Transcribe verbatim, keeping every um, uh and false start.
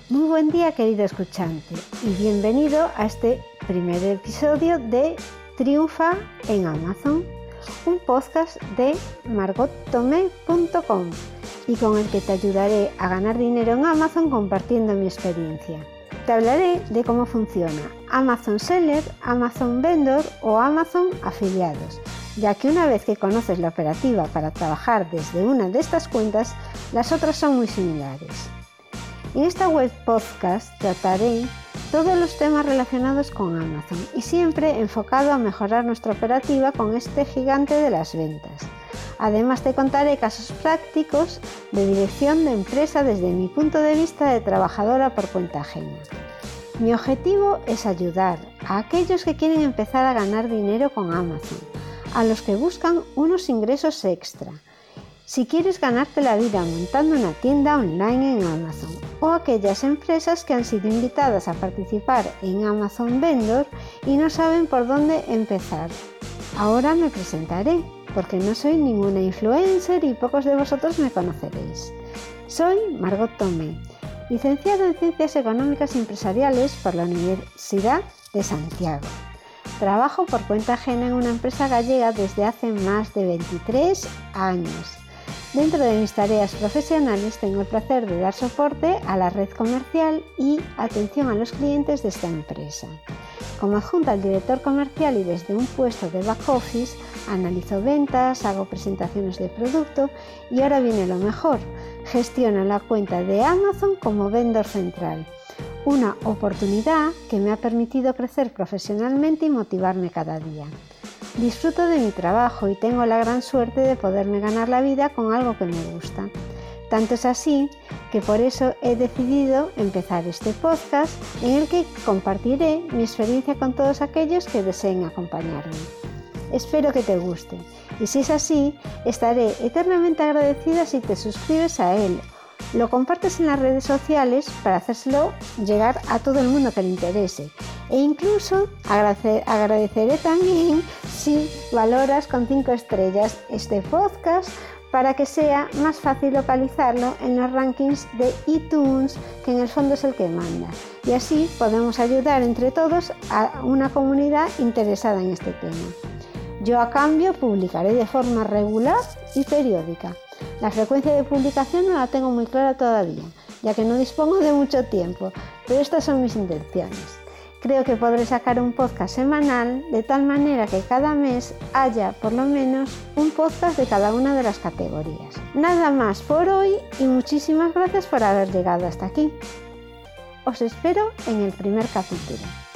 Muy buen día, querido escuchante, y bienvenido a este primer episodio de Triunfa en Amazon, un podcast de margot tomé punto com y con el que te ayudaré a ganar dinero en Amazon compartiendo mi experiencia. Te hablaré de cómo funciona Amazon Seller, Amazon Vendor o Amazon Afiliados, ya que una vez que conoces la operativa para trabajar desde una de estas cuentas, las otras son muy similares. En esta web podcast trataré todos los temas relacionados con Amazon y siempre enfocado a mejorar nuestra operativa con este gigante de las ventas. Además te contaré casos prácticos de dirección de empresa desde mi punto de vista de trabajadora por cuenta ajena. Mi objetivo es ayudar a aquellos que quieren empezar a ganar dinero con Amazon, a los que buscan unos ingresos extra. Si quieres ganarte la vida montando una tienda online en Amazon, o aquellas empresas que han sido invitadas a participar en Amazon Vendor y no saben por dónde empezar. Ahora me presentaré, porque no soy ninguna influencer y pocos de vosotros me conoceréis. Soy Margot Tomé, licenciada en Ciencias Económicas y Empresariales por la Universidad de Santiago. Trabajo por cuenta ajena en una empresa gallega desde hace más de veintitrés años. Dentro de mis tareas profesionales tengo el placer de dar soporte a la red comercial y atención a los clientes de esta empresa. Como adjunta al director comercial y desde un puesto de back office, analizo ventas, hago presentaciones de producto y ahora viene lo mejor, gestiono la cuenta de Amazon como vendor central. Una oportunidad que me ha permitido crecer profesionalmente y motivarme cada día. Disfruto de mi trabajo y tengo la gran suerte de poderme ganar la vida con algo que me gusta. Tanto es así que por eso he decidido empezar este podcast en el que compartiré mi experiencia con todos aquellos que deseen acompañarme. Espero que te guste y si es así, estaré eternamente agradecida si te suscribes a él, lo compartes en las redes sociales para hacérselo llegar a todo el mundo que le interese e incluso agradecer, agradeceré también si valoras con cinco estrellas este podcast para que sea más fácil localizarlo en los rankings de iTunes, que en el fondo es el que manda, y así podemos ayudar entre todos a una comunidad interesada en este tema. Yo a cambio publicaré de forma regular y periódica. La frecuencia de publicación no la tengo muy clara todavía, ya que no dispongo de mucho tiempo, pero estas son mis intenciones. Creo que podré sacar un podcast semanal de tal manera que cada mes haya por lo menos un podcast de cada una de las categorías. Nada más por hoy y muchísimas gracias por haber llegado hasta aquí. Os espero en el primer capítulo.